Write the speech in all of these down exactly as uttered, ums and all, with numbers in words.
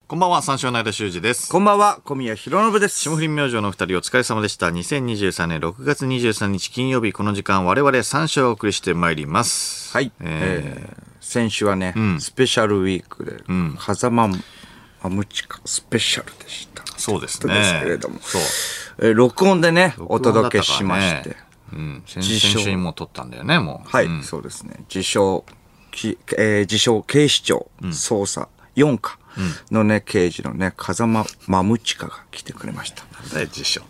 こんばんは、三四郎の間修二です。 こんばんは、小宮浩信です。 霜降り明星のお二人お疲れ様でした。にせんにじゅうさんねんろくがつにじゅうさんにち金曜日、この時間我々三四郎をお送りしてまいります。 はい。えーえー、先週はね、うん、スペシャルウィークで、うん、風間マムチカスペシャルでした。 そうですね。 ですけれども、そう、えー、録音でね、お届けしまして。 うん、先週にも撮ったんだよね、もう。はい、うん、そうですね。自称、きえー、自称警視庁捜査よん課。のね、刑事のね、風間マムチカが来てくれました。 なんだよ、辞書って。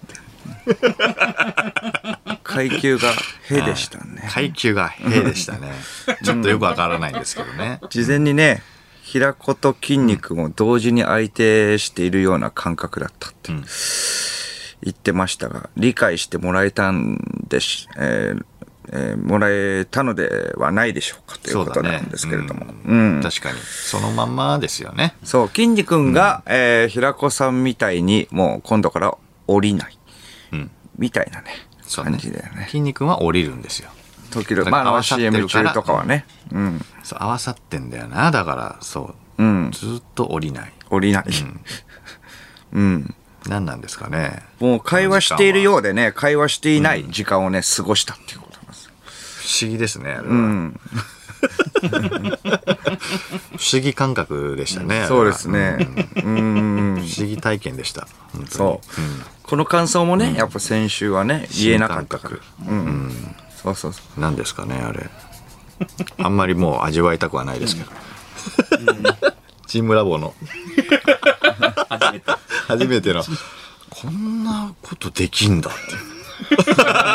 階級がへでしたね。 階級がへでしたね。ちょっとよくわからないんですけどね。 事前にね、平子と筋肉も同時に相手しているような感覚だったって言ってましたが、理解してもらえたんでし、えーえー、もらえたのではないでしょうかということなんですけれども、ね、 うんうん、確かにそのまんまですよね。 そう、筋肉君が、うん、えー、平子さんみたいにもう今度から降りない、うん、みたいなね感じだよね。 筋肉君は降りるんですよ時々、まあ シーエム 中とかはね、うん、 そう合わさってんだよな。だからそう、うん、ずっと降りない降りない、うん、うん何なんですかね。 もう会話しているようでね、会話していない時間をね、過ごしたっていうことなんですよ。 不思議ですね、あれは。うん、不思議感覚でしたね。 そうですね。 うん、不思議体験でした。 そう、うん、この感想もね、やっぱ先週はね、言えなかったから。うん、うん、そうそうそう。 何ですかね、あれ。あんまりもう味わいたくはないですけど。うん、チームラボの初めて初めてのこんなことできんだって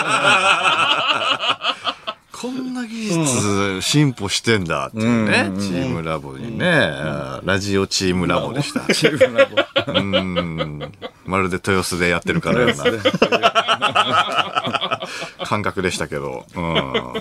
こんな技術進歩してんだっていうね、うん、チームラボにね、うん、ラジオチームラボでした。チームラボうんまるで豊洲でやってるからような感覚でしたけど、うん、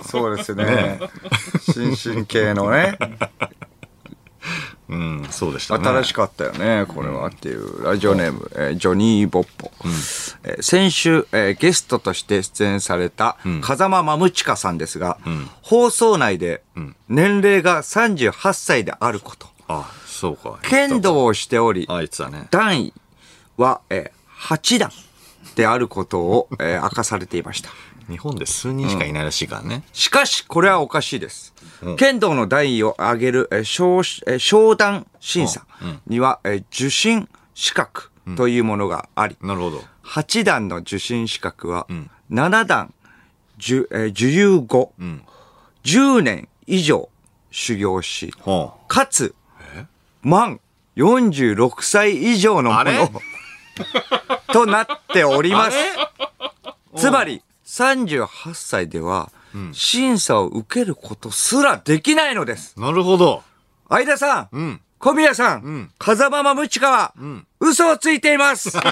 そうですね、ね新進系のねうん、そうでしたね。 新しかったよねこれは、うん、っていうラジオネーム、えー、ジョニー・ボッポ、うん、えー、先週、えー、ゲストとして出演された風間マムチカさんですが、うん、放送内で年齢がさんじゅうはっさいであること、 うん、あそうか剣道をしており、 あいつはね、 段位は、えー、はちだんであることを、えー、明かされていました。 日本で数人しかいないらしいからね、うん、 しかしこれはおかしいです、うん、剣道の段位を上げる、えー、昇、えー、昇段審査には、うん、えー、受審資格というものがあり、 うん、なるほど。 はちだんの受審資格は、うん、ななだん受、えー、受優後、うん、じゅうねん以上修行し、うん、かつ満よんじゅうろくさい以上のものとなっております。つまりさんじゅうはっさいでは、うん、審査を受けることすらできないのです。 なるほど。 相田さん、うん、小宮さん、うん、風間マムチカは、うん、嘘をついています。うん、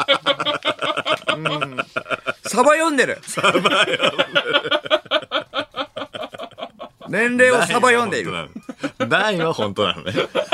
サバ読んでる。サバ読んでる。年齢をサバ読んでいる。 段位は本当なのね。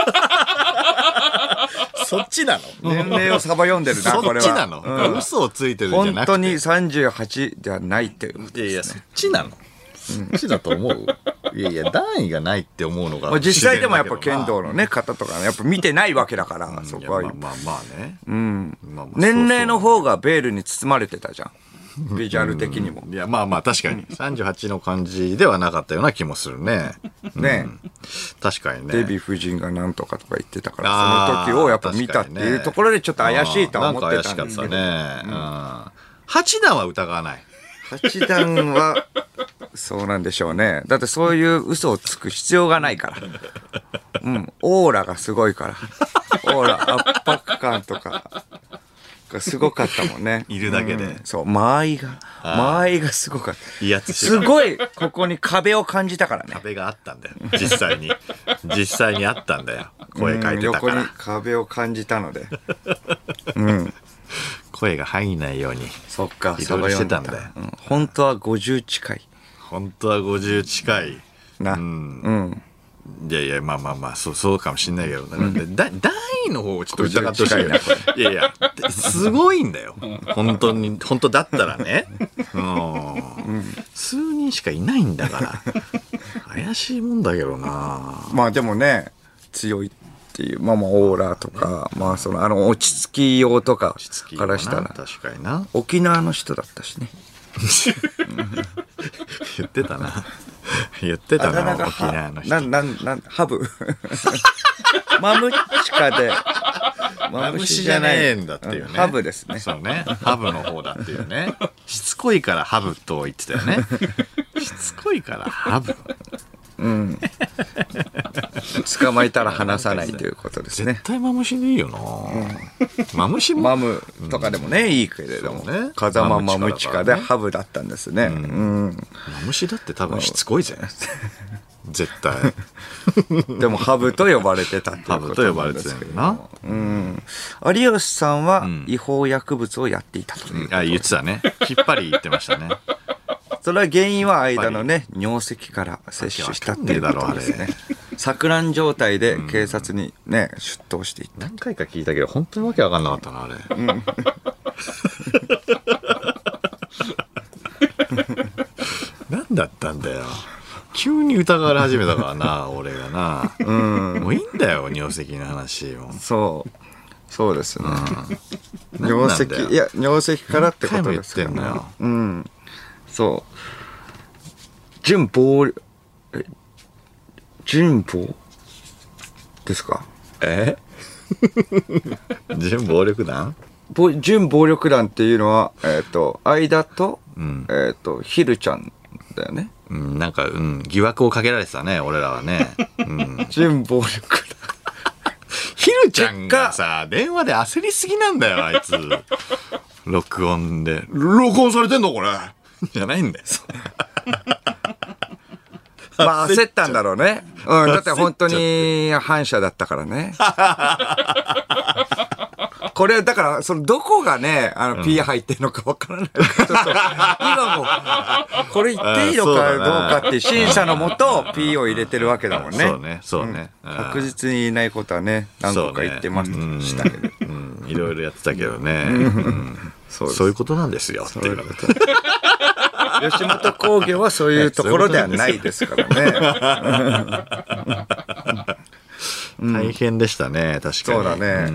そっちなの？ 年齢をサバ読んでるな、これは。 そっちなの？うん、嘘をついてるんじゃなくて。 本当にさんじゅうはちではないっていう、ね。 いやいや、そっちなの？そっちだと思う？いやいや、段位がないって思うのが。 まあ、実際でもやっぱ剣道のね、方とかね、やっぱ見てないわけだから、うん、そこは。 まあまあまあね。 うん。まあまあ、年齢の方がベールに包まれてたじゃん。ビジュアル的にも、 うん、いやまあまあ確かにさんじゅうはちの感じではなかったような気もするね。 ね、うん、 確かにね。 デヴィ夫人がなんとかとか言ってたから、その時をやっぱ見たっていうところでちょっと怪しいとは思ってたんですけど、 なんか怪しかったね。うん、はちだんは疑わない。 はちだんはそうなんでしょうね。だってそういう嘘をつく必要がないから。うん、オーラがすごいから。オーラ圧迫感とか。すごかったもんね。 いるだけで、うん、 そう間合いが間合いがすごかった。 いいやつすごいここに壁を感じたからね。 壁があったんだよ実際に実際にあったんだよ。声書いてたから、 うん、横に壁を感じたので、うん、 声が入んないようにそっかいろいろしてたんだよ、 うん、本当はごじゅう近い本当はごじゅう近いな、うん、うんいやいやまあまあまあそうそうかもしんないけど、うん、だ段位の方をちょっと疑ってほしいな。いやいやすごいんだよ本当に本当だったらね、うん、数人しかいないんだから怪しいもんだけどな。 まあでもね強いっていう、まあまあオーラとか、まあそのあの落ち着きようとかからしたら確かにな。 沖縄の人だったしね。 言ってたな。言ってたな、沖縄の人。 なんなんなんハブ。マムチカで。 マムシじゃねえんだっていうね。 ハブですね。 そうね。ハブの方だっていうね。しつこいからハブと言ってたよね。しつこいからハブ。 うん。捕まえたら離さないということですね。 絶対マムシでいいよな。マムシも。 マムとかでもね、いいけれども。風間マムチカでハブだったんですね。うん。 マムシだって多分しつこいぜ。絶対。 でもハブと呼ばれてたっていうハブこと呼ばれてとなんですけど。 たよな。 うん。有吉さんは違法薬物をやっていたという。 あ、言ってたね。きっぱり言ってましたね。 それは原因は間のね、尿石から摂取したっていうことですね。錯乱状態で警察にね、出頭していった。 何回か聞いたけど、本当にわけわかんなかったな、あれ。うん、何だったんだよ。急に疑われ始めたからな、俺がな。うん。もういいんだよ、尿石の話も。 そう。そうですね。うん、尿石、いや、尿石からってことですからね。言ってんのよ。うん。そう。準暴力、え、準暴ですか？ え準暴力団？ 準暴力団っていうのは、えっ、ー、と、間と、うん、えっ、ー、と、ヒルちゃんだよね。 うん、なんか、うん、疑惑をかけられてたね、俺らはね。うん、 準暴力団。 ヒルちゃんがさ、電話で焦りすぎなんだよ、あいつ。録音で。録音されてんのこれ。じゃないんだよ。 まあ焦ったんだろうね。うん、だって本当に反社だったからね。これだからそのどこがねあの P 入ってるのかわからない。ちょっと今もこれ言っていいのかどうかって審査のもと P を入れてるわけだもんね。 そうね、そうね。 確実にいないことはね何個か言ってましたけど。 いろいろやってたけどね。そういうことなんですよっていう。 吉本興業はそういうところではないですからね。 大変でしたね、確かに。 そうだね。うん、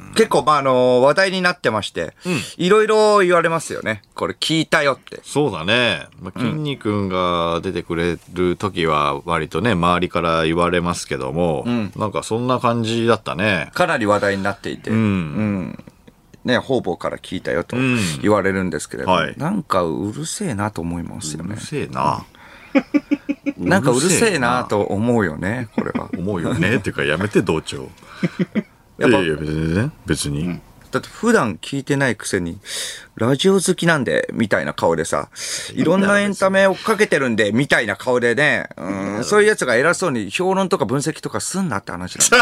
結構、まあ、あの、話題になってまして、いろいろ言われますよね。これ聞いたよって。 そうだね。まあ、筋肉が出てくれる時は割とね、周りから言われますけども、うん、なんかそんな感じだったね。 かなり話題になっていて。うん。うんね、方々から聞いたよと言われるんですけれども、うんはい、なんかうるせえなと思いますよね。 うるせえな。 なんかうるせえなと思うよね、これは。 思うよね。っていうかやめて同調。やっぱいやいや別にね、別に、うん。 だって普段聞いてないくせに、ラジオ好きなんで、みたいな顔でさ、いろんなエンタメ追っかけてるんで、みたいな顔でね、うん、そういうやつが偉そうに評論とか分析とかすんなって話なんだ。そこ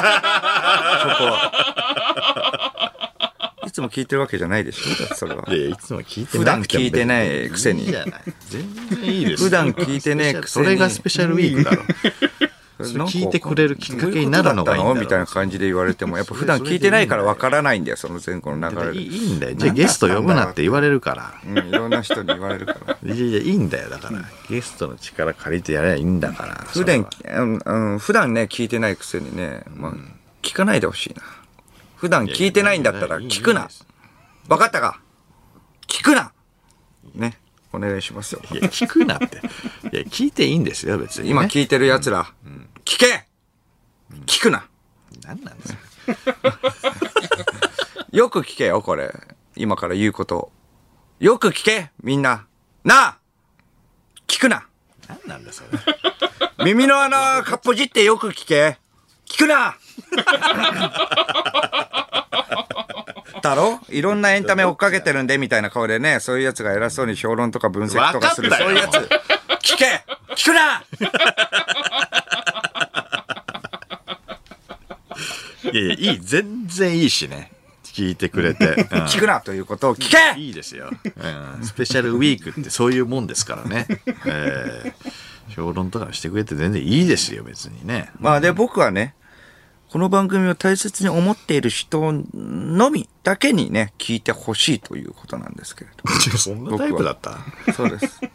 はいつも聞いてるわけじゃないでしょ、だってそれは。 いやいや、いつも聞いてない。 普段聞いてないくせに。 いいじゃない。全然いいです。 普段聞いてねえくせに。 それがスペシャルウィークだろ。聞いてくれるきっかけになるのがいいんだろうみたいな感じで言われてもやっぱ普段聞いてないからわからないんだよその前後の流れで。 いいんだよ。じゃあゲスト呼ぶなって言われるから。 うん、いろんな人に言われるから。 いやいやいいんだよだから、うん、ゲストの力借りてやればいいんだから。 普段うん普段ね聞いてないくせにね、まあ、うん、聞かないでほしいな。普段聞いてないんだったら聞くな。分かったか？聞くな。ね。お願いしますよ。 いや聞くなって。いや聞いていいんですよ別に、ね。 今聞いてる奴ら、うん、聞け。聞くな。 何なんですか。 よく聞けよこれ。今から言うこと。よく聞けみんな。なあ。聞くな。 何なんだそれ。 耳の穴かっぽじってよく聞け。聞くな。だろ？いろんなエンタメ追っかけてるんでみたいな顔でね、そういうやつが偉そうに評論とか分析とかするそういうやつ聞け聞くな。 いやいやいい全然いいしね聞いてくれて、うん、 聞くなということを聞け。 いいですよ、うん、スペシャルウィークってそういうもんですからね、えー、評論とかしてくれて全然いいですよ別にね。 まあで僕はねこの番組を大切に思っている人のみだけにね聞いてほしいということなんですけれど。 そんなタイプだった？ そうです。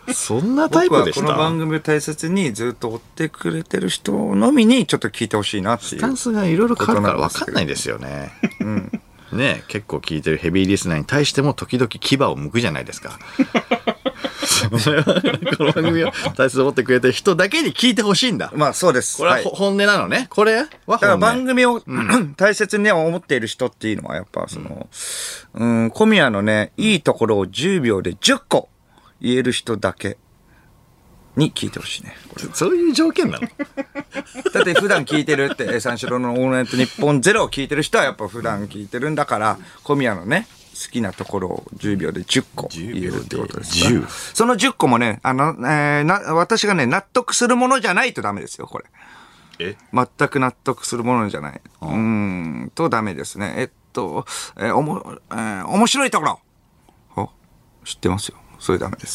そんなタイプでした。 僕はこの番組を大切にずっと追ってくれてる人のみにちょっと聞いてほしいなっていう。 スタンスがいろいろ変わるから分かんないですよね。うん。ね、結構聞いてるヘビーリスナーに対しても時々牙を剥くじゃないですか。それはこの番組を大切に思ってくれてる人だけに聞いてほしいんだ。 まあそうです。 これは、はい、本音なのね。これは本音。 だから番組を、うん、大切に、ね、思っている人っていうのはやっぱその、うん、うん小宮のね、いいところをじゅうびょうでじゅっこ言える人だけに聞いてほしいね。 そういう条件なの？ だって普段聞いてるって、三四郎のオールナイトニッポンゼロを聞いてる人はやっぱ普段聞いてるんだから、小宮のね、好きなところをじゅうびょうでじゅっこ言えるってことですから。そのじゅっこもね、あの、えー、な、私がね、納得するものじゃないとダメですよ、これ。 え？ 全く納得するものじゃない。うーん、とダメですね。えっと、えー、おも、えー、面白いところ。お、知ってますよ。それダメです。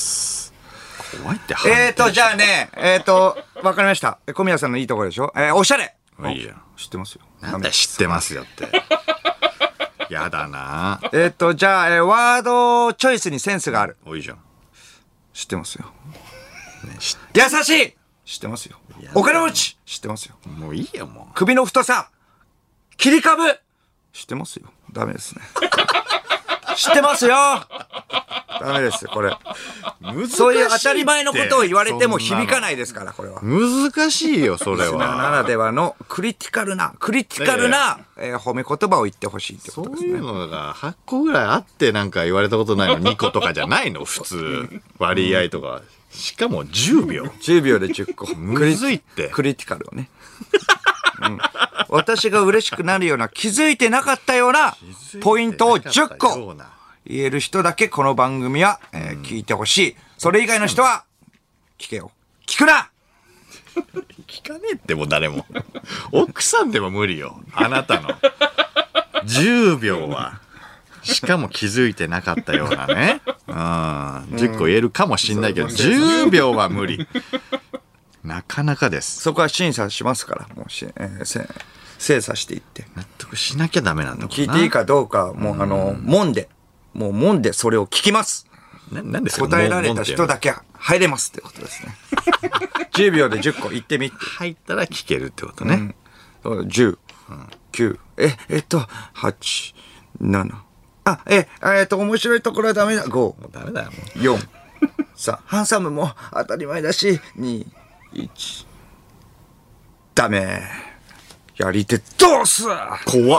怖いって。 えーと、じゃあね、えーと、わかりました。小宮さんのいいところでしょ。えー、おしゃれ。 いいや。 知ってますよ。 なんだ知ってますよって。やだな。 えっと、じゃあ、えー、ワードチョイスにセンスがある。 おいいじゃん。 知ってますよ。 ね、知優しい知ってますよ。お金持ち知ってますよ。 もういいよ、もう。 首の太さ切り株知ってますよ。ダメですね。知ってますよダメですよ、これ。そういう当たり前のことを言われても響かないですから、これは。 難しいよ、それは。 ならではのクリティカルな、クリティカルな、えー、褒め言葉を言ってほしいってことですね。 そういうのがはっこぐらいあってなんか言われたことないのにことかじゃないの普通。割合とか。しかもじゅうびょう。 じゅうびょうでじゅっこ。 むずいって。 クリティカルをね。うん、私が嬉しくなるような、気づいてなかったようなポイントをじゅっこ言える人だけこの番組は、えー、聞いてほしい。それ以外の人は聞けよ。聞くな聞かねえってもう誰も。奥さんでも無理よ。あなたの。じゅうびょうは。しかも気づいてなかったようなね。うん。じゅっこ言えるかもしんないけど、じゅうびょうは無理。なかなかです。 そこは審査しますから、もうし、えー、せ精査していって。 納得しなきゃダメなんだもんな。 聞いていいかどうか、もう、あの、もんで、もうもんでそれを聞きます。 な、なんですか？ 答えられた人だけ入れますってことですね。じゅうびょうでじゅっこ言ってみって。 入ったら聞けるってことね。 うん、じゅう、きゅう、え、えっと、はち、なな。あ、え、えっと、面白いところはダメだ。ご。 もうダメだよ、もう。 よん。さん。ハンサムも当たり前だし。に、いち。ダメ。やり手、どうす怖っ。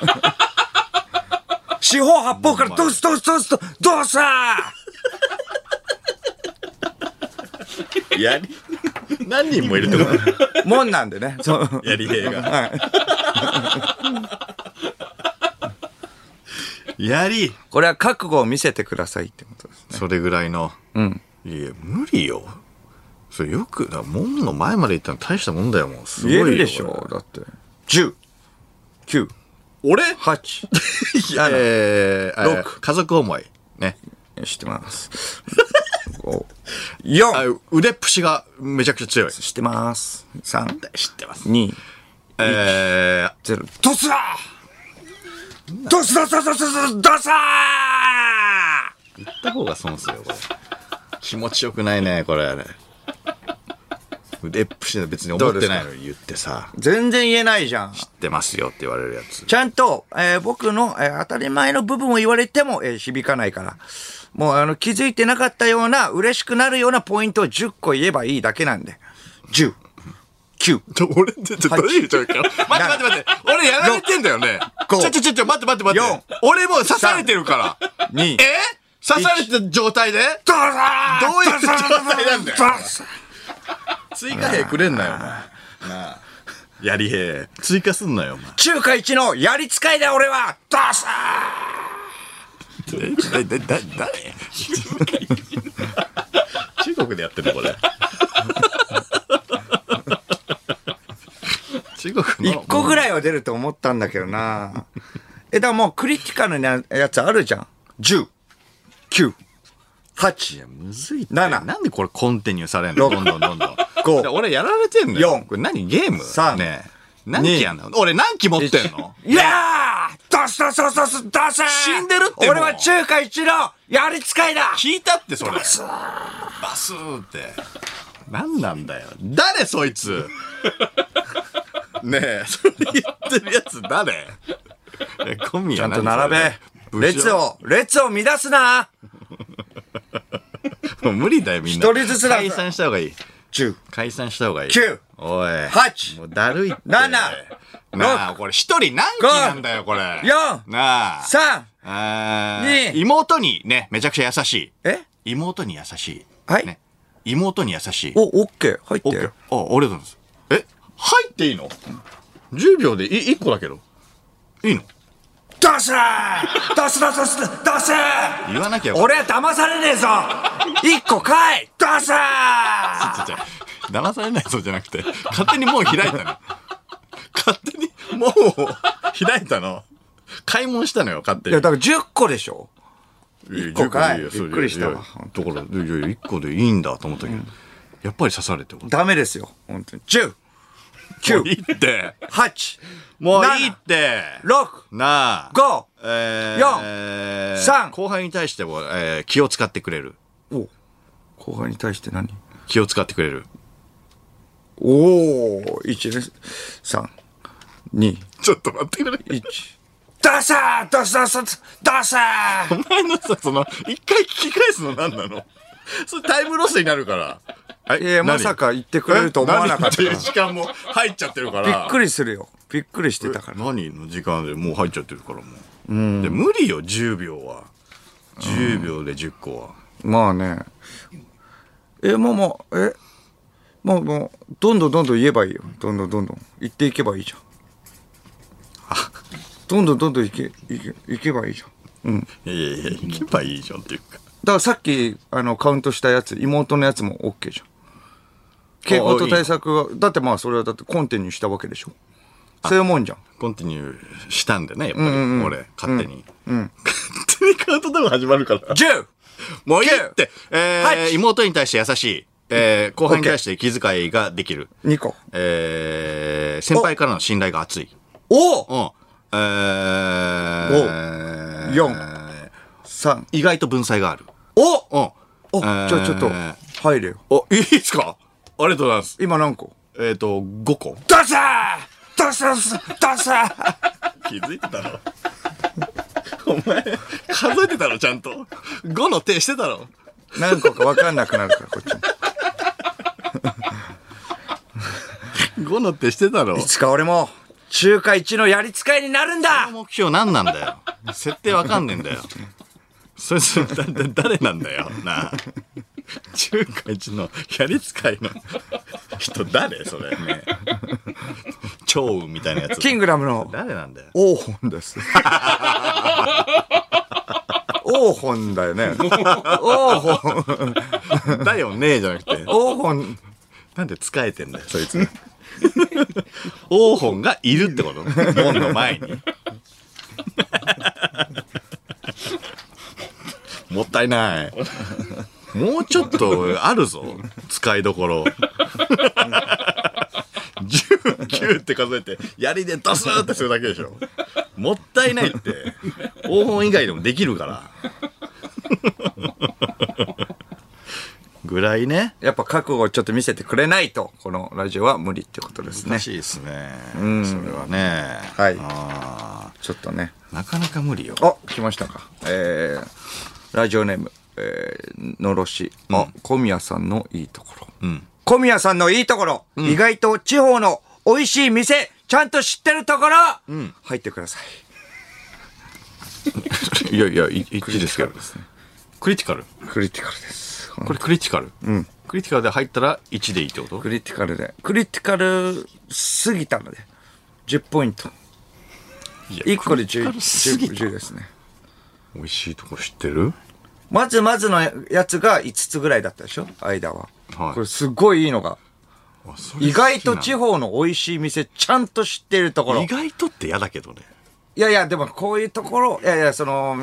四方八方からどうすどうすどうすどうすやり、何人もいるってこともんなんでね。そう。 やり兵が。はい。やり。 これは覚悟を見せてくださいってことですね。 それぐらいの。 うん。 いや、無理よ。それよく、だ門の前まで行ったの大したもんだよ、もう。すごいよ。 言えるでしょ、だって。じゅう、きゅう、 俺はち、 えー、ろく、家族思い。ね。 知ってます。ご、よん。 腕っぷしがめちゃくちゃ強い。 知ってます。さん、 知ってます。 に、 えー、 ゼロ、ドスだドスドスドスドスドス言った方が損っすよ、これ。気持ちよくないね、これ。腕っぷしで別に思ってないのに言ってさ。 全然言えないじゃん。 知ってますよって言われるやつ。 ちゃんと、えー、僕の、えー、当たり前の部分を言われても、えー、響かないから。もうあの気づいてなかったような、嬉しくなるようなポイントをじゅっこ言えばいいだけなんで。じゅう、きゅう。 ちょ、俺、ちょ、ちょ、どういう状況？待って待って待って。俺やられてんだよね。ちょちょちょちょ、待って待って待って。俺もう刺されてるから。に。え？刺されてた状態で？ どうだどういう状態なんだよ。追加兵くれんなよ、お前。なあ。やり兵。追加すんなよ、お前。 中華一のやり使いだ、俺はどうさーだ、だ、だ、誰中国でやってるのこれ。中国の。 一個ぐらいは出ると思ったんだけどな。え、だからもうクリティカルなやつあるじゃん。じゅう、きゅう、はち、 むずいって。 なな。 なんでこれコンティニューされんのどんどんどんどん。 ご。 俺やられてんのよ。 よん。 これ何ゲーム？ さん。 ねえ。何機やんの？俺何機持ってんの？ いやーど出す出す出す出せ死んでるってもう俺は中華一のやり使いだ聞いたってそれ。バスバスーって。何なんだよ。誰そいつねえ、それ言ってるやつ誰え、小宮ちゃんと並べ。列を、列を乱すなもう無理だよ、みんな。 一人ずつだ。 解散した方がいい。 じゅう、 解散した方がいい。 きゅう、 おい。 はち、 もうだるいって。 なな、 なあ、これ一人何期なんだよ、これ。 よん、 なあ。 さん、 あに妹にね、めちゃくちゃ優しい。 え妹に優しい。 はいね。妹に優しい。 お、オッケー。入って。 オッケー。あ、ありがとうございます。え、入っていいの ?じゅう 秒でいいっこだけど。いいの出せ出す出す出す出せ言わなきゃ。 俺は騙されねえぞ一個かい出せ騙されないぞじゃなくて、勝手にもう開いたの。勝手にもう開いたの。買い物したのよ、勝手に。 いや、だからじゅっこでしょいっこかいびっびっくりしたわだから、いやいや、いっこでいいんだと思ったけど、やっぱり刺されて。 ダメですよ。本当に。じゅう、きゅう、 もういいって。 はち、 もういいって。 ろく、 なあ。 ご、 えー、 よん、さん後輩に対しても、えー、気を使ってくれる。 お後輩に対して何気を使ってくれる。 おー、いちです。さん、に、 ちょっと待ってくれ。 いち。出せ出せ出せ出せお前のさ、その、一回聞き返すの何なのそれタイムロスになるから。はいやいや、まさか言ってくれると思わなかったから。 何っていう時間も入っちゃってるから。 びっくりするよ。びっくりしてたから。 何の時間でもう入っちゃってるからもう。うん、で無理よ、じゅうびょうは。じゅうびょうでじゅっこは。 まあね。え、もうもう、え、もうもう、どんどんどんどん言えばいいよ。どんどんどんどん。言っていけばいいじゃん。どんどんどんどんいけ、いけ、いけばいいじゃん。うん。 いやいやいや、行けばいいじゃんっていうか。 だからさっき、あの、カウントしたやつ、妹のやつも OK じゃん。傾向と対策は、だってまあ、それはだってコンティニューしたわけでしょ。そういうもんじゃん。 コンティニューしたんでね、やっぱり、うんうんうん、俺、勝手に。うんうん、勝手にカウントダウン始まるから。 じゅう! もういいって、えー、妹に対して優しい。えー、後輩に対して気遣いができる。 にこ。 えー、先輩からの信頼が厚い。 おうん。えー、ご、よん、さん。 意外と文才がある。 おうん。 お、じゃあちょっと、入れよ。 お、いいですかありがとうございます。 今何個えっと、ごこ。 出せ出せ出せ出せ気づいてたのお前、数えてたのちゃんと。ごの手してたの何個か分かんなくなるから、こっちも。ごの手してたのいつか俺も、中華一のやり使いになるんだ目標何なんだよ。設定わかんねえんだよ。それ、それ、だ、だ、誰なんだよ。なあ。中華一のやり使いの人誰それね。趙雲みたいなやつ。 キングダムの誰なんだよ。 王本です。王本だよね。王本。 だよねえじゃなくて。 王本。 なんで使えてんだよ、そいつ。王本がいるってこと門の前に。もったいない。もうちょっとあるぞ、使いどころ。じゅうきゅうって数えて、槍でドスーってするだけでしょ。もったいないって。黄本以外でもできるから。ぐらいね。 やっぱ覚悟をちょっと見せてくれないと、このラジオは無理ってことですね。 難しいですね。うん。それはね。 はい。 あちょっとね。 なかなか無理よ。 あ、来ましたか。えー、ラジオネーム。えー、のろし、あ、うん、小宮さんのいいところ、うん、小宮さんのいいところ、うん、意外と地方の美味しい店ちゃんと知ってるところ、うん、入ってください。いやいやいいちですけどですね。クリティカルクリティカルです。 これクリティカル、うん、クリティカルで入ったらいちでいいってこと？ クリティカルでクリティカル過ぎたのでじゅっポイント。いいっこで じゅう, じゅうですね。 美味しいとこ知ってる？ まずまずのやつがいつつぐらいだったでしょ間は、はい、これすごいいいのが意外と地方の美味しい店ちゃんと知ってるところ。 意外とって嫌だけどね。 いやいやでもこういうところいやいやその、うん、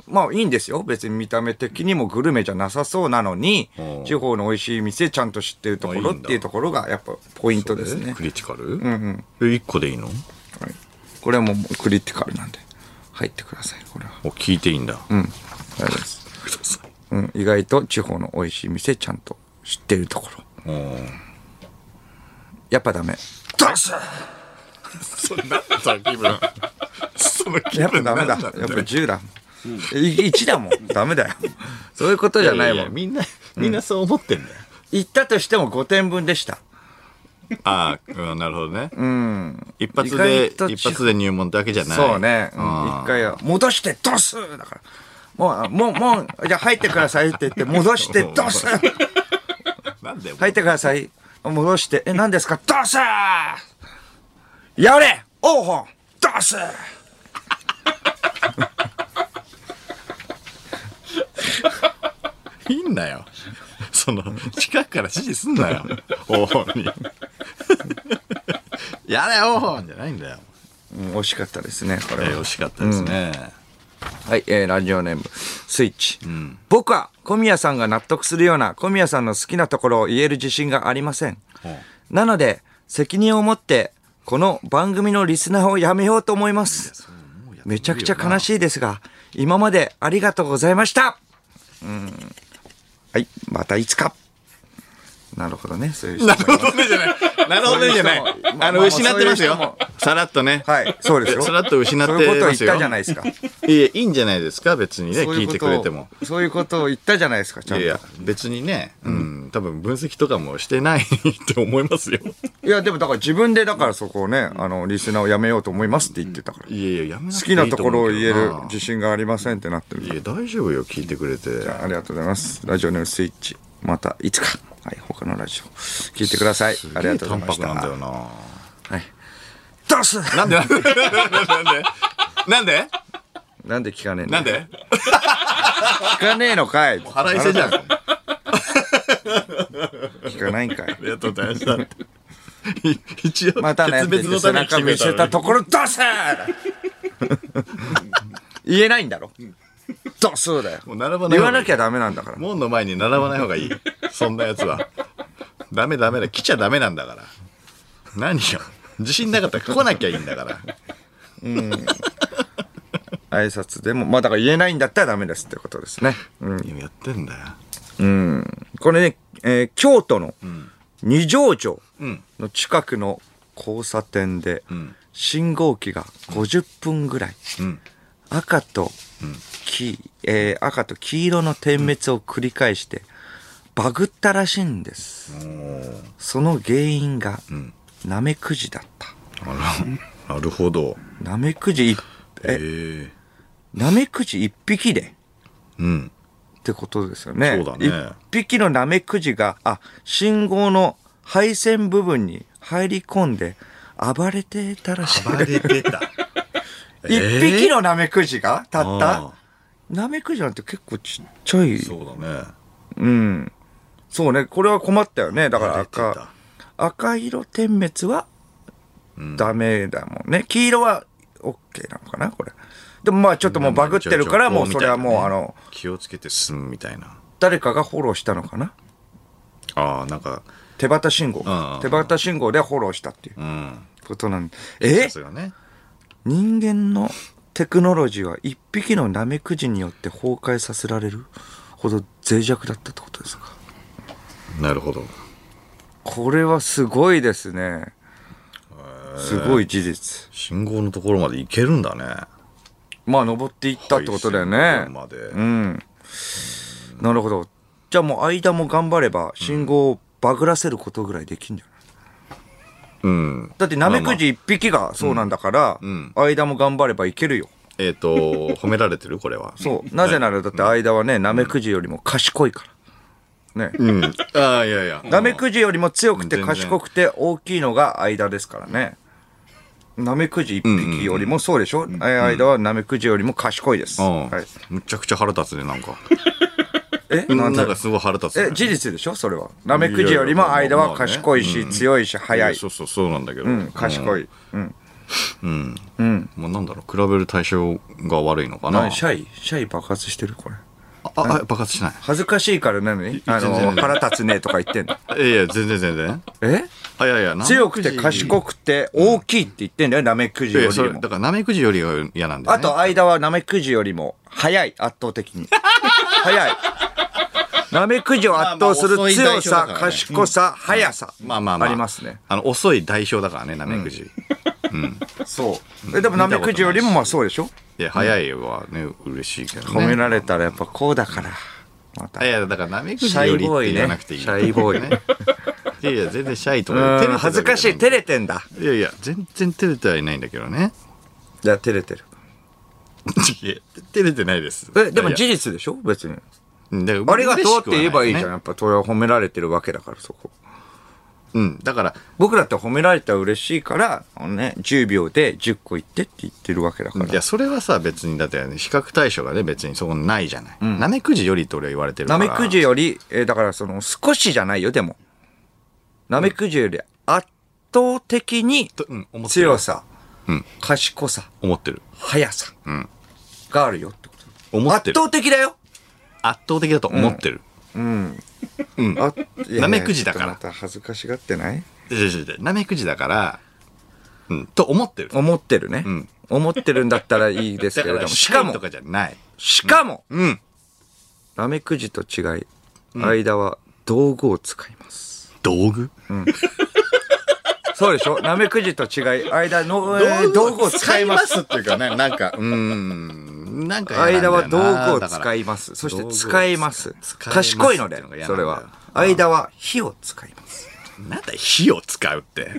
まあいいんですよ別に見た目的にもグルメじゃなさそうなのに地方の美味しい店ちゃんと知ってるところっていうところがやっぱポイントですね。 クリティカル？ うんうん。 いっこでいいの？はい。 これはもうクリティカルなんで入ってください、これは。 お、聞いていいんだ。 うん。ありがとうございます。うん、意外と地方の美味しい店ちゃんと知ってるところ。やっぱダメ。ダスそんな、その気分。その気分やっぱダメだ。やっぱじゅうだ。いちだもん。ダメだよ。そういうことじゃないもん。 いやいやみんな、みんなそう思ってんだよ。 行ったとしてもごてんぶんでした。 ああ、うん、なるほどね。 うん。 一発で、一発で入門だけじゃない。 そうね。うん、一回は、戻してドスだから。もう、もう、もう、じゃあ入ってくださいって言って、戻してドスなんで入ってください。戻して、え、何ですかドスやれ王鵬ドスいいんだよ。その、近くから指示すんなよ。王鵬に。やれ王鵬じゃないんだよ。 うん、惜しかったですね、これは。 えー、惜しかったですね。 うん、はい、えー、ラジオネーム、スイッチ。うん、僕は小宮さんが納得するような小宮さんの好きなところを言える自信がありません。なので、責任を持って、この番組のリスナーをやめようと思います。めちゃくちゃ悲しいですが、今までありがとうございました。うん、はい、またいつか。なるほどね、そういう人。 なるほどねじゃない。なるほどねじゃない。あの、失ってますよ。さらっとね。 はい、そうですよ。 さらっと失ってますよ。 そういうことを言ったじゃないですか。 いや、いいんじゃないですか、別にね、聞いてくれても。 そういうことを言ったじゃないですか、ちゃんと。 いや、別にね、うん、多分分析とかもしてないって思いますよ。 いや、でもだから自分で、だからそこをね、あの、リスナーをやめようと思いますって言ってたから。 いやいや、やめなくていいと思うけどな。好きなところを言える自信がありませんってなってる。 いや、大丈夫よ、聞いてくれて。 じゃあ、ありがとうございます。ラジオネームスイッチ。またいつか。はい、他のラジオ聞いてください。ありがとうございました。 淡白なんだよな。 はい。どうすなんでなんでなんでなんで聞かねえのなんで聞かねえのかい。 腹いせじゃん。 聞かないんかい。 ありがとうございました。一応、 またね、 別々のために背中見せたところ、どうす言えないんだろ。どうすだよ。 もう並ばない。 言わなきゃダメなんだから。 門の前に並ばない方がいい。そんなやつは。ダメダメだ。来ちゃダメなんだから。何よ。自信なかったら来なきゃいいんだから。 うん。挨拶でも、まあだから言えないんだったらダメですってことですね。 うん。やってんだよ。 うん。これね、えー、京都の二条城の近くの交差点で、信号機がごじゅっぷんぐらい、うん、赤と、うん黄えー、赤と黄色の点滅を繰り返してバグったらしいんです。その原因がナメクジだった。 あら、なるほど。 ナメクジえナメクジ一匹で、うん、ってことですよね。 そうだね。 一匹のナメクジがあ信号の配線部分に入り込んで暴れてたらしい。 暴れてた。 一匹のナメクジがたったナメクジなんて結構ちっちゃい。 そうだね。 うん。そうね。これは困ったよね。だから赤、赤色点滅はダメだもんね。うん、黄色は OK なのかなこれ。でもまあちょっともうバグってるからもうそれはもうあの。 気をつけて進むみたいな。 誰かがフォローしたのかな。 ああ、なんか。 手旗信号。手旗信号でフォローしたっていうことなんで。えさすがね。 人間のテクノロジーは一匹のナメクジによって崩壊させられるほど脆弱だったってことですか。 なるほど。 これはすごいですね。すごい事実。 信号のところまで行けるんだね。 まあ登っていったってことだよね。 までうん。なるほど。じゃあもう間も頑張れば信号をバグらせることぐらいできるんじゃない。うん、だってナメクジ一匹がそうなんだから、うんうん、間も頑張ればいけるよ。 えっと褒められてるこれは。 そうなぜならだって間はね、ナメクジよりも賢いからね。うん、 ああいやいや。 ナメクジよりも強くて賢くて大きいのが間ですからね。ナメクジ一匹よりもそうでしょ。うんうん、間はナメクジよりも賢いです。うん、 はい。むちゃくちゃ腹立つねなんか。 えなんかすごい腹立つ、ね、 え事実でしょそれは。ナメクジよりも間は賢いし、ね、強いし速い。 そうそうそうなんだけど、 うん、賢い。うんうんうん。もうなんだろう比べる対象が悪いのかな。 シャイシャイ爆発してるこれ。 あ、あ、爆発しない。 恥ずかしいからなのにあの、腹立つねとか言ってんの。 いやいや、全然全然。 えあ、いやいや、 強くて賢くて大きいって言ってんだよ、ナメクジよりも。 だからナメクジよりが嫌なんだよね。 あと、間はナメクジよりも速い、圧倒的に。速い。ナメクジを圧倒する強さ、賢さ、速さ。 まあまあまあ。 ありますね。 あの、遅い代表だからね、ナメクジ。 うん。そう。え、でもナメクジよりもまあそうでしょ？ いや、速いはね、嬉しいけどね。 褒められたらやっぱこうだから。 また。いや、だからナメクジよりって言わなくていい。 シャイボーイね。 いやいや、全然シャイとか。 恥ずかしい、照れてんだ。 いやいや、全然照れてはいないんだけどね。 いや、照れてる。 いや、照れてないです。 え、でも事実でしょ別に。ありがとうって言えばいいじゃん。やっぱそれは褒められてるわけだから、そこ。 うん。だから、 僕だって褒められたら嬉しいから、ね、じゅうびょうでじゅっこ言ってって言ってるわけだから。 いや、それはさ、別に、だって、ね、比較対象がね、別にそこないじゃない。ナメクジよりって俺は言われてるから。 ナメクジより、えー、だからその、少しじゃないよ、でも。ナメクジより圧倒的に強さ、うん、賢さ、 思ってる。 速さ、うん、があるよってこと。 思ってる。 圧倒的だよ。 圧倒的だと思ってる。 うん。 うん。ナメクジだから。 また恥ずかしがってない？ ナメクジだから、うん、と思ってる。 思ってるね。うん。思ってるんだったらいいですけれども。 しかも、とかじゃない。 しかも、 うん。 ナメクジと違い、間は道具を使います。 道具？ うん。そうでしょ？ナメクジと違い、間の、えー、道具を使います。 っていうかね、なんか、うーん。なんか間は道具を使います。そして使います。賢いので、それは。間は火を使います。 なんだ火を使うって。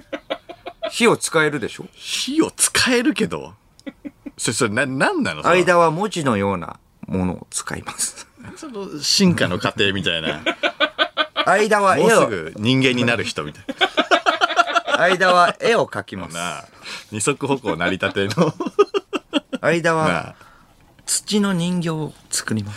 火を使えるでしょ？ 火を使えるけど。それ、それ、な、なんなの？ 間は文字のようなものを使います。 その、進化の過程みたいな。 間は絵を。 もうすぐ人間になる人みたいな。間は絵を描きます。 二足歩行成り立ての。 間は、土の人形を作ります。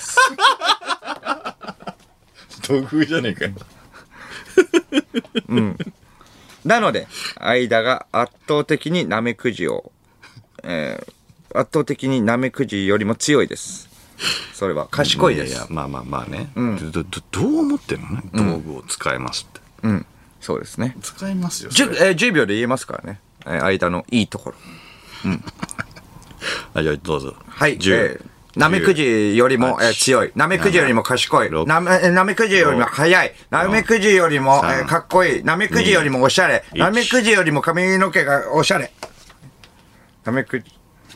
道具じゃねえかよ。 うん。なので、間が圧倒的にナメクジを、えー、圧倒的にナメクジよりも強いです。それは賢いです。いやいや、 まあまあまあね。うん、ど, ど, どう思ってんのね、うん、道具を使えますって。 うん。そうですね。 使えますよ。 じゅう、えー、じゅうびょうで言えますからね。えー、間のいいところ。うん。 あ、じゃあどうぞ。 はい。えー、ナメクジよりも、えー、強い。ナメクジよりも賢い。ナメ、ナメクジよりも速い。ナメクジよりも、えー、かっこいい。ナメクジよりもおしゃれ。ナメクジよりも髪の毛がおしゃれ。ナメクジ。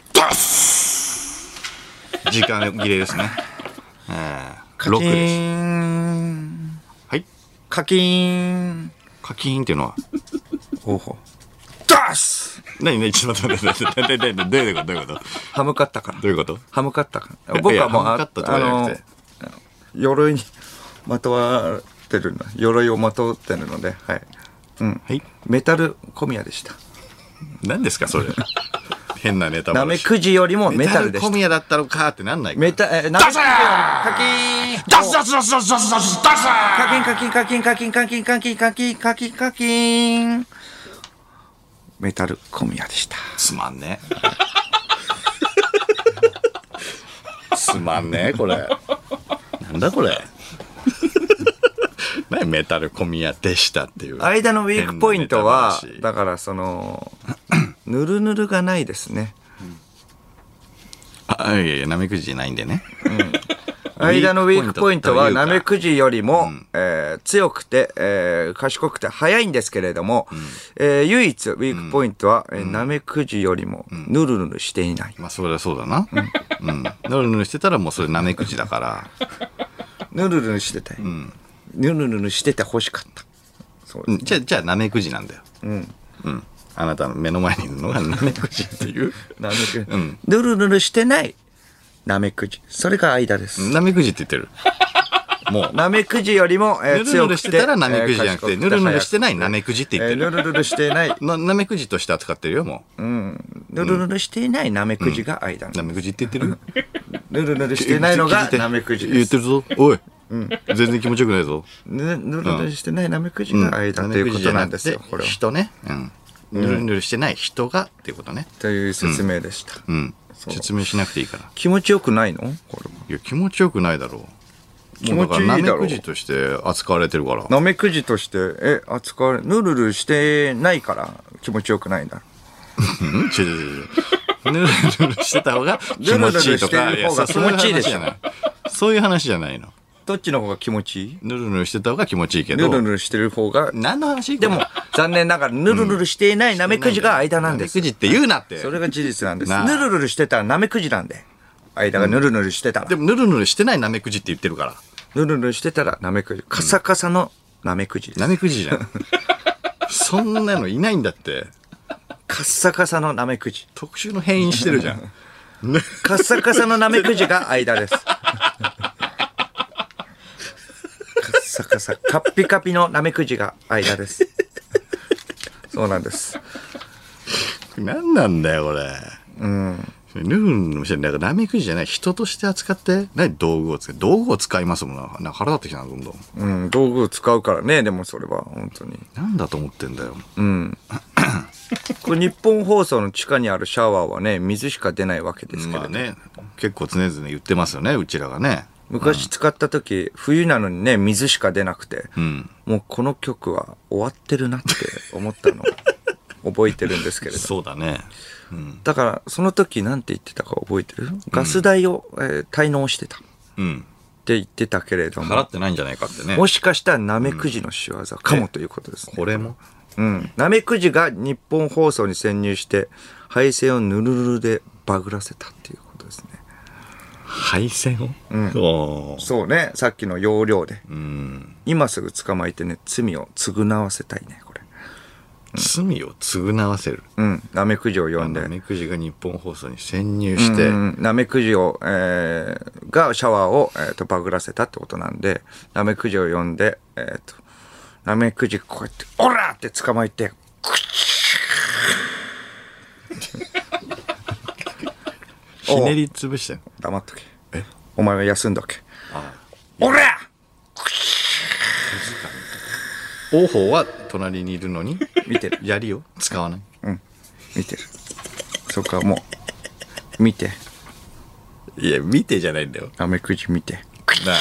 時間切れですね。えー、 ろくです。 はい。 カキーン。 カキーンっていうのはほうほう。ダス何何ちょっと待って待って待って待ってどういうことどういうこと歯向かったから。 どういうこと歯向かったから。僕はもう、 歯向かったとかじゃなくて。 鎧にまとわってるんだ。鎧をまとってるので、はい。うん。はい。メタル小宮でした。 何ですかそれ。変なネタナメクジよりもメタルでした。 メタル小宮だったのかってなんないか。 メタ、え、ナメクジよりもカキーンダスダスダスダスダスダスダスカキンカキンカキンカキンカキンカキンカキンカキンカキンメタル小宮でした。 すまんね。すまんねこれ。なんだこれ。何メタル小宮でしたっていう。 間のウィークポイントはだからそのぬるぬるがないですね。 あ、いやいや、ナメクジじゃないんでね。 うん、間のウィークポイントはナメクジよりも、うんえー、強くて、えー、賢くて速いんですけれども、うんえー、唯一ウィークポイントは、うん、ナメクジよりもぬるぬるしていない。 まあそれはそうだな。うんうん、ぬるぬるしてたらもうそれナメクジだから。 ぬるぬるしてたい。うん、ぬるぬるしてて欲しかった。 そうですね、じゃあ、じゃあナメクジなんだよ。うん。うん。あなたの目の前にいるのがナメクジっていう。 ナメクジ。うん。ぬるぬるしてないナメクジ。それが間です。 ナメクジって言ってる。もう。 ナメクジよりも、えー、強くて。 ぬるぬるしてたらナメクジじゃなくて、ぬるぬるしてないナメクジって言ってる。 えー、ぬるぬるしてない。 なナメクジとして扱ってるよ、もう。うん。 ぬるぬるしていないナメクジが間、うん。 ナメクジって言ってるぬるぬるしてないのがナメクジです。 言ってるぞ。おい。うん、全然気持ちよくないぞ。 ぬるぬるしてないナメクジが間っていうことなんですよ、これは。 人ね。うん。ぬるぬるしてない人がっていうことね。 という説明でした。 うん。説明しなくていいから。 気持ちよくないのこれいや、気持ちよくないだろ気持ちいいだろ。 なめくじとして扱われてるから。 なめくじとして、え、扱われ、ぬるるしてないから気持ちよくないんだ。 うんちょちょちょ。ぬるぬるしてた方が気持ちいいとか。 ぬるぬるしてる方が気持ちいいでしょ。 そういう話じゃないの。 どっちの方が気持ちいい？ ぬるぬるしてた方が気持ちいいけど。 ぬるぬるしてる方が。 何の話？ でも、残念ながら、ぬるぬるしていないなめくじが間なんです。 なめくじって言うなって。 それが事実なんです。ぬるぬるしてたらなめくじなんで。間がぬるぬるしてたら。 でも、ぬるぬるしてないなめくじって言ってるから。 ぬるぬるしてたらなめくじ。カサカサのなめくじです。 なめくじじゃん。そんなのいないんだって。 カッサカサのなめくじ。 特殊の変異してるじゃん。 カッサカサのなめくじが間です。カッサカサ、カッピカピのなめくじが間です。そうなんです。 何なんだよ、これ。 うん。 ヌルヌルしてる。なんかなめくじじゃない。人として扱って、何道具を使う。道具を使いますもんな。なんか腹立ってきたな、どんどん。 うん、道具を使うからね、でもそれは、本当に。 なんだと思ってんだよ。 うん。これ日本放送の地下にあるシャワーはね、水しか出ないわけですけど、 まあね、結構常々言ってますよね、うちらがね。 昔使った時、うん、冬なのにね、水しか出なくて、 うん、 もうこの曲は終わってるなって思ったのを覚えてるんですけれど。 そうだね。うん、 だからその時なんて言ってたか覚えてる？ガス代を、えー、滞納してた、うん、って言ってたけれども、 払ってないんじゃないかってね。 もしかしたらなめくじの仕業かもということですね。 これも、 うん、なめくじが日本放送に潜入して配線をぬるるるでバグらせたっていうことですね。 配線を、 うん、そうね、さっきの要領で、うん、今すぐ捕まえてね、罪を償わせたいね、これ。 うん、罪を償わせる。 うん、なめくじを読んで。 なめくじが日本放送に潜入して。 なめくじを、えー、がシャワーを、えー、とバグらせたってことなんで、なめくじを読んで、えー、となめくじこうやって、オラーって捕まえて、クひねりつぶしてんの。 黙っとけ。 えお前は休んどけ。ああ、オラ王鵬は隣にいるのに見てる。 槍を使わない。 うん、見てる。そっか、もう見て。 いや、見てじゃないんだよ。 なめくじ見て。 なあ、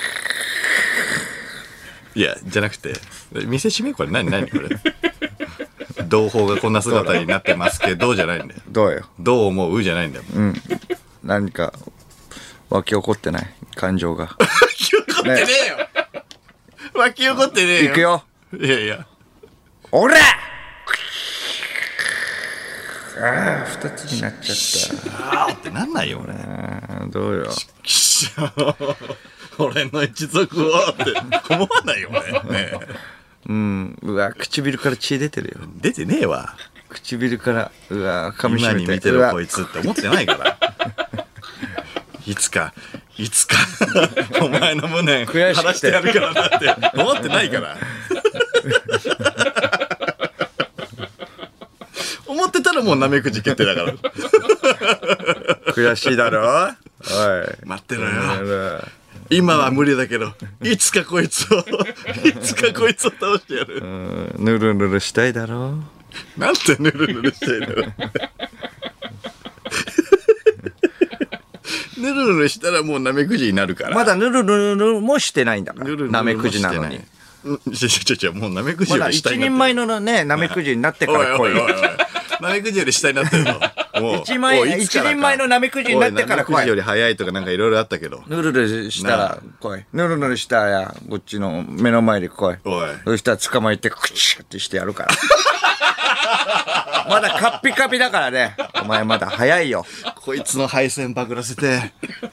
いや、じゃなくて、見せしめこれ何何これ。同胞がこんな姿になってますけどじゃないんだよ。 どうよ。 どう思うじゃないんだよ。 うん。何か湧き起こってない感情が。 湧き起こってねえよ。ね、湧き起こってねえよ。 行くよ。 いやいや。 おら。ああ、二つになっちゃった。 ああってなんないよ俺。 ああ、どうよ。 俺の一族をって思わないよね。ねうん、うわ、唇から血出てるよ。 出てねえわ。 唇から、うわ、噛みしめて。 今に見てるこいつって思ってないから。いつか、いつか、お前の無念、晴らしてやるからなって思ってないから。思ってたらもうなめくじ決定だから。 悔しいだろ。おい。 待ってろよ。今は無理だけど、いつかこいつを、いつかこいつを倒してやる。 うん、ぬるぬるしたいだろ。 なんてぬるぬるしたいだろ。ぬるぬるしたらもうなめくじになるから。 まだぬるぬるもしてないんだから。なめくじなのに。 ちょちょちょ、もうなめくじより下になってる。 一人前のね、なめくじになってから来いよ。 なめくじより下になってるの。 一枚、一人前のなめくじになってから来い。 なめくじより早いとかなんかいろいろあったけど。 ぬるぬるしたら来い。ぬるぬるしたら、こっちの目の前に来い。 おい。 そしたら捕まえて、クチュってしてやるから。まだカッピカピだからね。お前まだ早いよ。 こいつの配線バグらせて。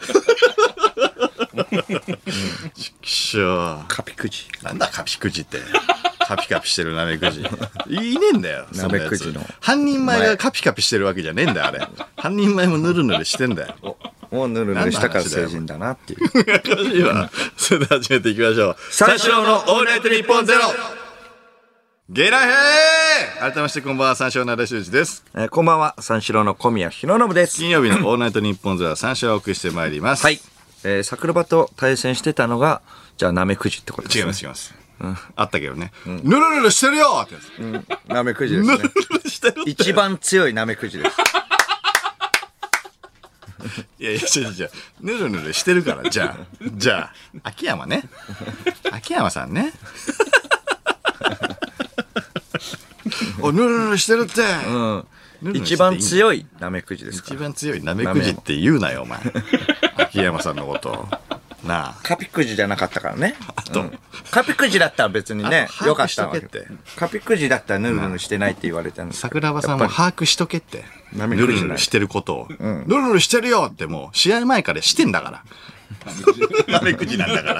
ちくしょう。 カピくじ。 なんだカピくじって。カピカピしてるなめくじ。いねえんだよ。 なめくじの。 半人前がカピカピしてるわけじゃねえんだよ、あれ。半人前もヌルヌルしてんだよ。 もうヌルヌルしたから成人だなっていう。 やかしいわ。それでは始めていきましょう。三四郎のオールナイトニッポンゼロ。ゲラヘー。改めましてこんばんは、三四郎の足立です。 えー、こんばんは、三四郎の小宮浩信です。 金曜日のオールナイトニッポンゼロは三四郎をお送りしてまいります。 はい。えー、桜庭と対戦してたのが、じゃあなめくじってことですね。 違います、違います。うん、あったけどね。ぬるぬるしてるよってやつ。 うん。なめくじですね。 ぬるぬるしてるって。 一番強いなめくじです。 いやいや、違う違う。ぬるぬるしてるから、じゃあ。じゃあ、秋山ね。秋山さんね。お、ぬるぬるしてるって。 うん。一番強いナメクジですか。 一番強いナメクジって言うなよ、お前。秋山さんのこと。なあ。 カピクジじゃなかったからね。あと、うん、カピクジだったら別にね、よかったわけ。カピクジだったらヌルヌルしてないって言われたの。 桜庭さんも把握しとけって。ヌルヌルしてることを。うん、ヌルヌルしてるよってもう試合前からしてんだから。ナメクジなんだから。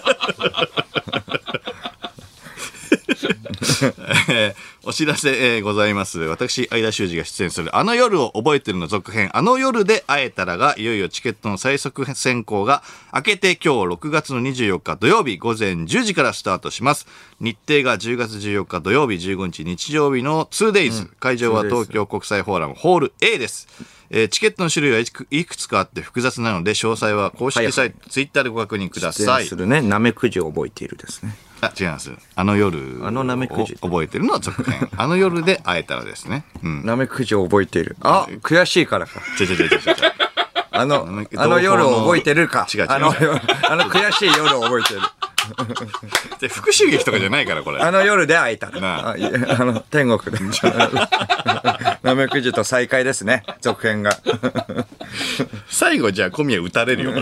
えー、お知らせ、えー、ございます。私、相田修二が出演するあの夜を覚えてるの続編、あの夜で会えたらが、いよいよチケットの最速選考が明けて今日ろくがつのにじゅうよっか土曜日午前じゅうじからスタートします。日程がじゅうがつじゅうよっか土曜日、じゅうごにち日曜日の ツーデイズ、うん、会場は東京国際フォーラムホール A です。えー、チケットの種類はいく、いくつかあって複雑なので、詳細は公式サイト、ツイッターでご確認ください。 出演するね、ナメクジを覚えているですね。 あ、違います。あの夜あのナメクジ覚えてるのは続編。あの夜で会えたらですね。 うん。ナメクジを覚えている。あ、悔しいからか。 違う違う違う違う。 あの、あの夜を覚えてるか。 違う違う。 あの、あの悔しい夜を覚えてる。 で復讐劇とかじゃないからこれ。 あの夜で会えたら。あ, あの天国で。ナメクジと再会ですね。続編が。 最後じゃあ小宮撃たれるよ。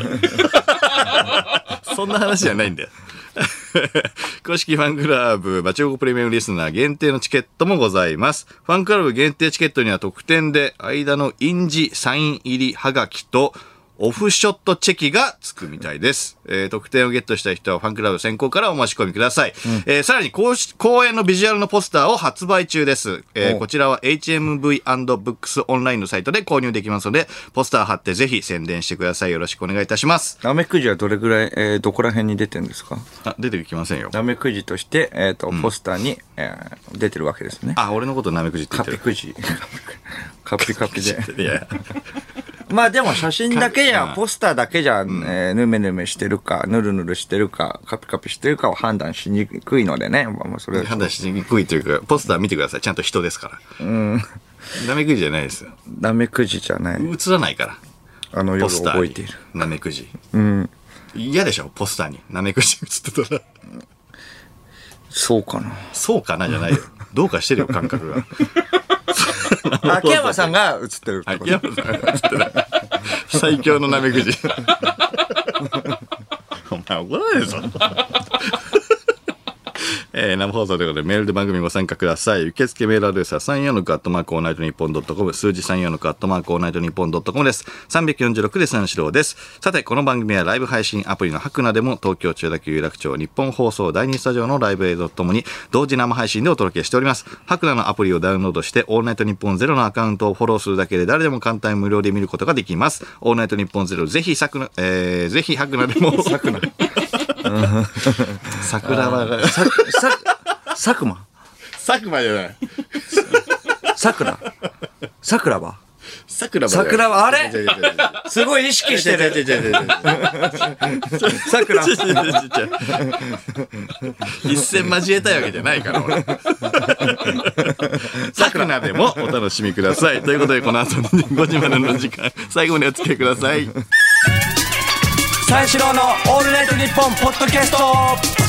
そんな話じゃないんだよ。公式ファンクラブバチオコプレミアムリスナー限定のチケットもございます。ファンクラブ限定チケットには特典で間の印字サイン入りはがきとオフショットチェキがつくみたいです。えー、特典をゲットした人はファンクラブ先行からお申し込みください。うん、えー、さらに公公演のビジュアルのポスターを発売中です。えー、こちらは エイチエムブイ アンド ブックス オンラインのサイトで購入できますので、ポスター貼ってぜひ宣伝してください。よろしくお願いいたします。 ナメクジはどれぐらい、えー、どこら辺に出てるんですか？ あ、出てきませんよ。 ナメクジとして、えっと、ポスターに、えー、出てるわけですね。 あ、俺のことナメクジって言ってる。 カピクジ。カピカピで。 いや。 まあでも写真だけじゃ、ポスターだけじゃ、うん、えー、ぬめぬめしてるか、ぬるぬるしてるか、カピカピしてるかを判断しにくいのでね。まあ、それ判断しにくいというか、ポスター見てください。ちゃんと人ですから。うん。ナメクジじゃないですよ。 ナメクジじゃない。 映らないから。 あの夜を覚えている。 ナメクジ。 うん。 嫌でしょポスターに。ナメクジ映ってたら。 そうかな。 そうかなじゃないよ。どうかしてるよ、感覚が。 秋山さんが映ってるってこと。 秋山さんが映ってる。最強のナメクジ。お前怒られるぞ。えー、生放送ということでメールで番組ご参加ください。受付メールアドレスはさんよんろくアットマークオールナイトニッポンドットコム、数字さんよんろくアットマークオールナイトニッポンドットコムです。さんびゃくよんじゅうろくで三四郎です。さて、この番組はライブ配信アプリのハクナでも東京千代田区有楽町日本放送第にスタジオのライブ映像とともに同時生配信でお届けしております。ハクナのアプリをダウンロードしてオールナイトニッポンゼロのアカウントをフォローするだけで誰でも簡単に無料で見ることができます。オールナイトニッポンゼロぜひサクナ、えー、ぜひハクナでもサクナ桜庭がささ佐久間佐久間じゃない桜桜庭桜庭桜庭あれすごい意識してる桜一戦交えたいわけじゃないから俺桜でもお楽しみくださいということでこの後ごじまでの時間最後までお付き合いください。 三四郎のオールナイトニッポンポッドキャスト。